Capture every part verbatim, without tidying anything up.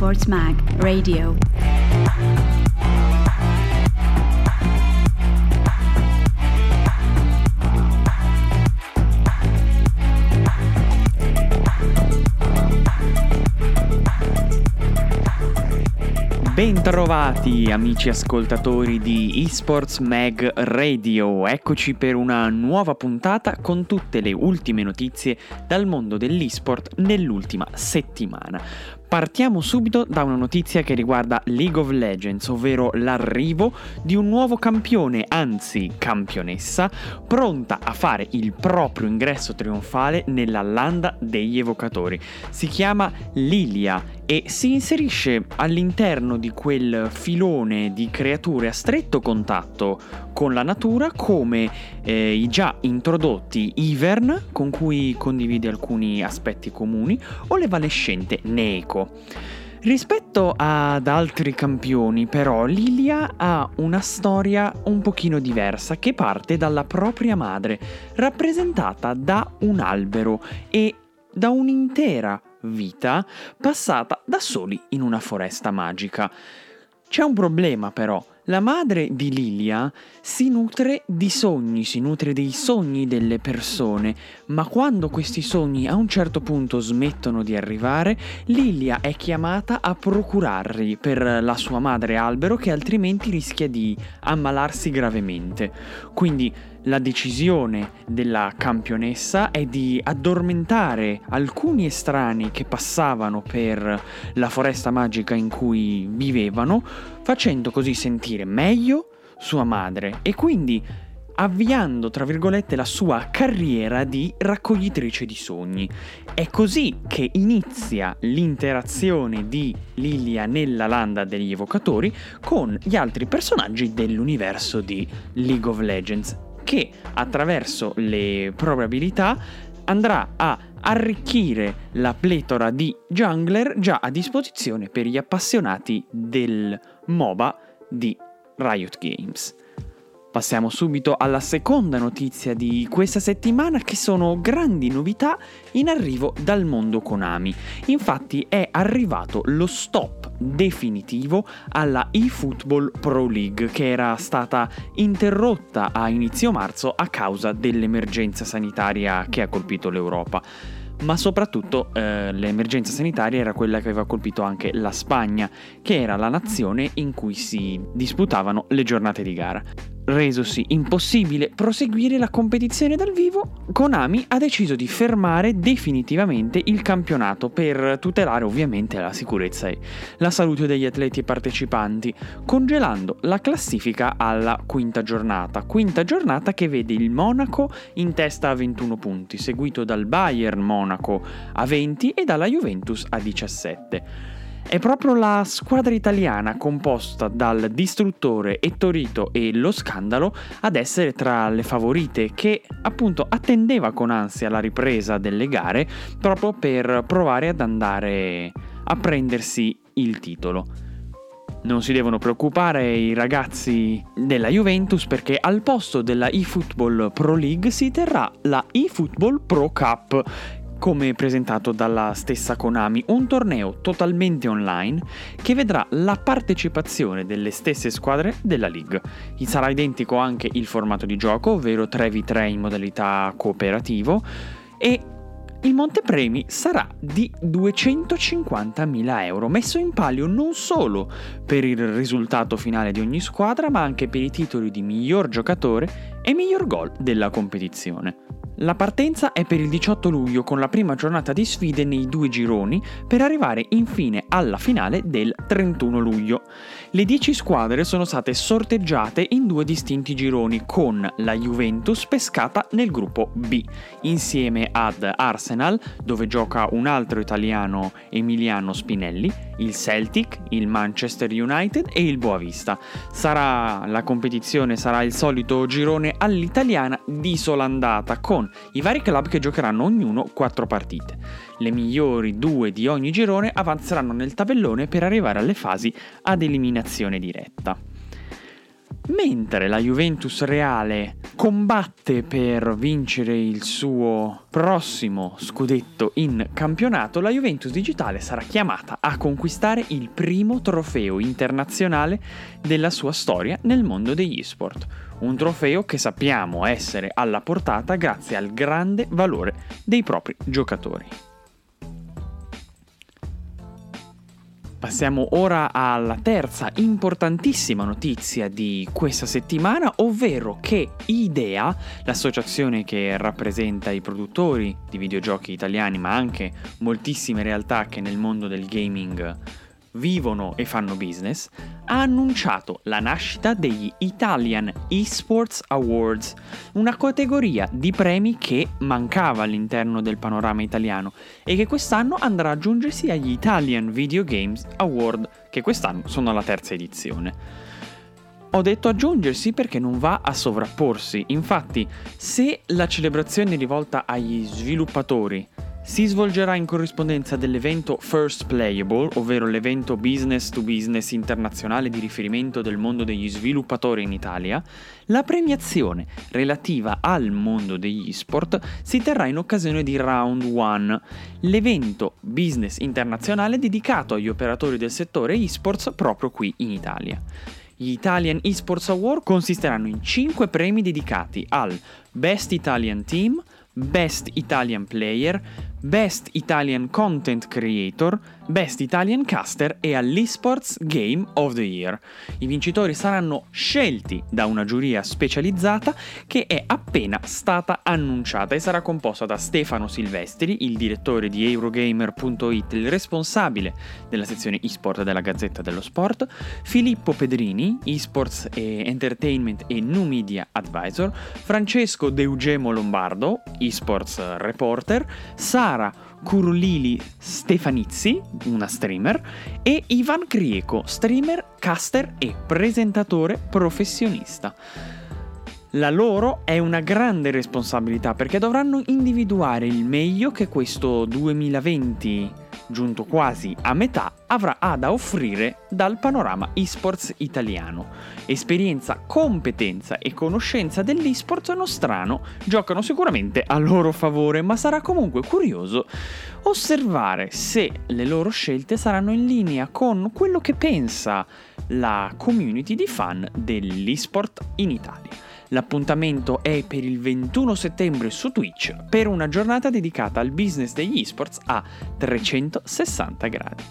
eSports Mag Radio. Bentrovati amici ascoltatori di eSports Mag Radio, eccoci per una nuova puntata con tutte le ultime notizie dal mondo dell'eSport nell'ultima settimana. Partiamo subito da una notizia che riguarda League of Legends, ovvero l'arrivo di un nuovo campione, anzi campionessa, pronta a fare il proprio ingresso trionfale nella landa degli evocatori. Si chiama Lilia e si inserisce all'interno di quel filone di creature a stretto contatto con la natura come eh, i già introdotti Ivern, con cui condivide alcuni aspetti comuni, o l'evanescente Neeko. Rispetto ad altri campioni, però, Lilia ha una storia un pochino diversa che parte dalla propria madre, rappresentata da un albero e da un'intera vita passata da soli in una foresta magica. C'è un problema però, la madre di Lilia si nutre di sogni, si nutre dei sogni delle persone, ma quando questi sogni a un certo punto smettono di arrivare, Lilia è chiamata a procurarli per la sua madre albero, che altrimenti rischia di ammalarsi gravemente. Quindi la decisione della campionessa è di addormentare alcuni estranei che passavano per la foresta magica in cui vivevano, facendo così sentire meglio sua madre e quindi avviando, tra virgolette, la sua carriera di raccoglitrice di sogni. È così che inizia l'interazione di Lilia nella landa degli evocatori con gli altri personaggi dell'universo di League of Legends, che attraverso le proprie abilità andrà a arricchire la pletora di jungler già a disposizione per gli appassionati del MOBA di Riot Games. Passiamo subito alla seconda notizia di questa settimana, che sono grandi novità in arrivo dal mondo Konami. Infatti è arrivato lo stop definitivo alla eFootball Pro League, che era stata interrotta a inizio marzo a causa dell'emergenza sanitaria che ha colpito l'Europa. Ma soprattutto eh, l'emergenza sanitaria era quella che aveva colpito anche la Spagna, che era la nazione in cui si disputavano le giornate di gara. Resosi impossibile proseguire la competizione dal vivo, Konami ha deciso di fermare definitivamente il campionato per tutelare ovviamente la sicurezza e la salute degli atleti e partecipanti, congelando la classifica alla quinta giornata, quinta giornata che vede il Monaco in testa a ventuno punti, seguito dal Bayern Monaco a venti e dalla Juventus a diciassette. È proprio la squadra italiana, composta dal Distruttore, Ettorito e Lo Scandalo, ad essere tra le favorite, che appunto attendeva con ansia la ripresa delle gare proprio per provare ad andare a prendersi il titolo. Non si devono preoccupare i ragazzi della Juventus, perché al posto della eFootball Pro League si terrà la eFootball Pro Cup, come presentato dalla stessa Konami, un torneo totalmente online che vedrà la partecipazione delle stesse squadre della League. Sarà identico anche il formato di gioco, ovvero tre contro tre in modalità cooperativo, e il montepremi sarà di duecentocinquantamila euro, messo in palio non solo per il risultato finale di ogni squadra, ma anche per i titoli di miglior giocatore e miglior gol della competizione. La partenza è per il diciotto luglio, con la prima giornata di sfide nei due gironi, per arrivare infine alla finale del trentuno luglio. Le dieci squadre sono state sorteggiate in due distinti gironi, con la Juventus pescata nel gruppo B, insieme ad Arsenal, dove gioca un altro italiano, Emiliano Spinelli, il Celtic, il Manchester United e il Boavista. Sarà la competizione sarà il solito girone all'italiana di sola andata, con i vari club che giocheranno ognuno quattro partite. Le migliori due di ogni girone avanzeranno nel tabellone per arrivare alle fasi ad eliminazione diretta. Mentre la Juventus reale combatte per vincere il suo prossimo scudetto in campionato, la Juventus digitale sarà chiamata a conquistare il primo trofeo internazionale della sua storia nel mondo degli esport. Un trofeo che sappiamo essere alla portata grazie al grande valore dei propri giocatori. Passiamo ora alla terza importantissima notizia di questa settimana, ovvero che IDEA, l'associazione che rappresenta i produttori di videogiochi italiani, ma anche moltissime realtà che nel mondo del gaming vivono e fanno business, ha annunciato la nascita degli Italian Esports Awards, una categoria di premi che mancava all'interno del panorama italiano e che quest'anno andrà ad aggiungersi agli Italian Video Games Award, che quest'anno sono alla terza edizione. Ho detto aggiungersi perché non va a sovrapporsi. Infatti, se la celebrazione è rivolta agli sviluppatori si svolgerà in corrispondenza dell'evento First Playable, ovvero l'evento business to business internazionale di riferimento del mondo degli sviluppatori in Italia, la premiazione relativa al mondo degli esport si terrà in occasione di Round One, l'evento business internazionale dedicato agli operatori del settore esports proprio qui in Italia. Gli Italian Esports Award consisteranno in cinque premi dedicati al Best Italian Team, Best Italian Player, Best Italian Content Creator, Best Italian Caster e all'Esports Game of the Year. I vincitori saranno scelti da una giuria specializzata che è appena stata annunciata e sarà composta da Stefano Silvestri, il direttore di Eurogamer punto it, il responsabile della sezione eSport della Gazzetta dello Sport, Filippo Pedrini, eSports e Entertainment e New Media Advisor, Francesco De Eugemo Lombardo, eSports Reporter, Sara Curulili Stefanizzi, una streamer, e Ivan Crieco, streamer, caster e presentatore professionista. La loro è una grande responsabilità perché dovranno individuare il meglio che questo duemilaventi, giunto quasi a metà, avrà da offrire dal panorama esports italiano. Esperienza, competenza e conoscenza dell'esport nostrano giocano sicuramente a loro favore, ma sarà comunque curioso osservare se le loro scelte saranno in linea con quello che pensa la community di fan dell'esport in Italia. L'appuntamento è per il ventuno settembre su Twitch per una giornata dedicata al business degli esports a trecentosessanta gradi.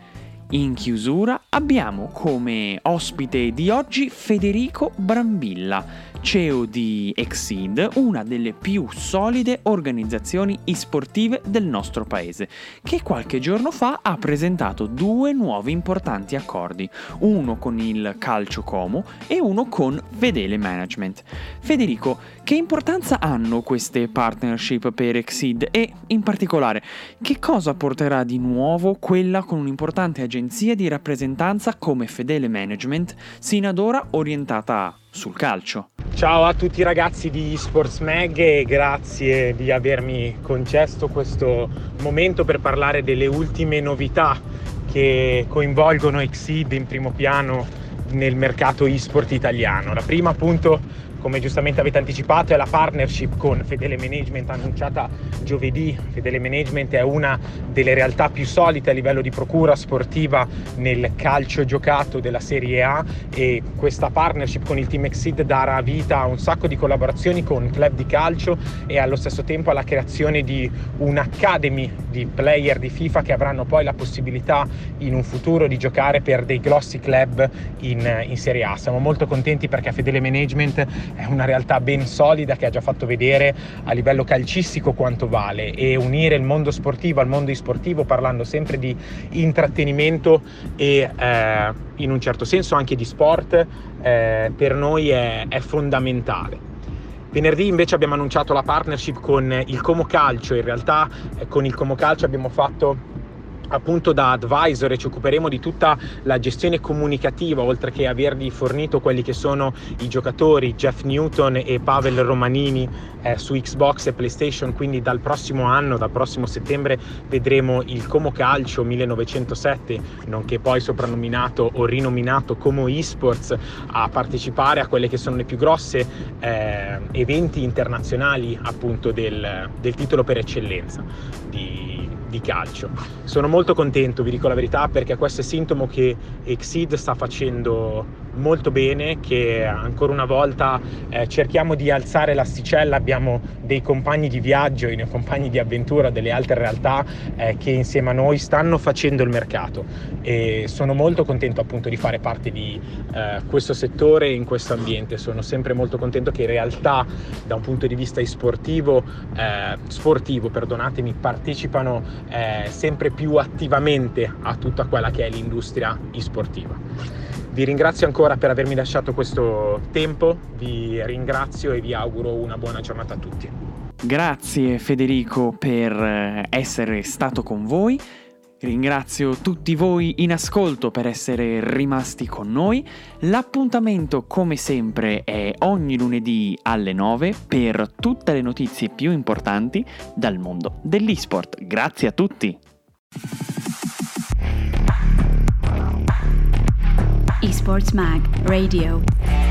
In chiusura abbiamo come ospite di oggi Federico Brambilla, C E O di Exceed, una delle più solide organizzazioni esportive del nostro paese, che qualche giorno fa ha presentato due nuovi importanti accordi, uno con il Calcio Como e uno con Fedele Management. Federico, che importanza hanno queste partnership per Exceed e, in particolare, che cosa porterà di nuovo quella con un'importante agenzia di rappresentanza come Fedele Management, sino ad ora orientata sul calcio? Ciao a tutti i ragazzi di eSports Mag e grazie di avermi concesso questo momento per parlare delle ultime novità che coinvolgono Exceed in primo piano nel mercato eSport italiano. La prima, appunto, come giustamente avete anticipato, è la partnership con Fedele Management annunciata giovedì. Fedele Management è una delle realtà più solide a livello di procura sportiva nel calcio giocato della Serie A, e questa partnership con il team Exceed darà vita a un sacco di collaborazioni con club di calcio e allo stesso tempo alla creazione di un'academy di player di FIFA che avranno poi la possibilità in un futuro di giocare per dei grossi club in, in Serie A. Siamo molto contenti perché Fedele Management è una realtà ben solida che ha già fatto vedere a livello calcistico quanto vale, e unire il mondo sportivo al mondo esportivo, parlando sempre di intrattenimento e eh, in un certo senso anche di sport, eh, per noi è, è fondamentale. Venerdì invece abbiamo annunciato la partnership con il Como Calcio. In realtà eh, con il Como Calcio abbiamo fatto appunto da advisor e ci occuperemo di tutta la gestione comunicativa, oltre che avergli fornito quelli che sono i giocatori Jeff Newton e Pavel Romanini eh, su Xbox e PlayStation. Quindi dal prossimo anno, dal prossimo settembre, vedremo il Como Calcio millenovecentosette, nonché poi soprannominato o rinominato Como Esports, a partecipare a quelle che sono le più grosse eh, eventi internazionali appunto del, del titolo per eccellenza di, di calcio. Sono molto contento, vi dico la verità, perché questo è sintomo che Exceed sta facendo molto bene, che ancora una volta eh, cerchiamo di alzare l'asticella. Abbiamo dei compagni di viaggio, dei compagni di avventura delle altre realtà eh, che insieme a noi stanno facendo il mercato, e sono molto contento appunto di fare parte di eh, questo settore, in questo ambiente. Sono sempre molto contento che in realtà da un punto di vista sportivo, eh, sportivo perdonatemi, partecipano eh, sempre più attivamente a tutta quella che è l'industria e-sportiva. Vi ringrazio ancora per avermi lasciato questo tempo, vi ringrazio e vi auguro una buona giornata a tutti. Grazie Federico per essere stato con voi, ringrazio tutti voi in ascolto per essere rimasti con noi. L'appuntamento come sempre è ogni lunedì alle nove per tutte le notizie più importanti dal mondo dell'esport. Grazie a tutti! Esports Mag Radio.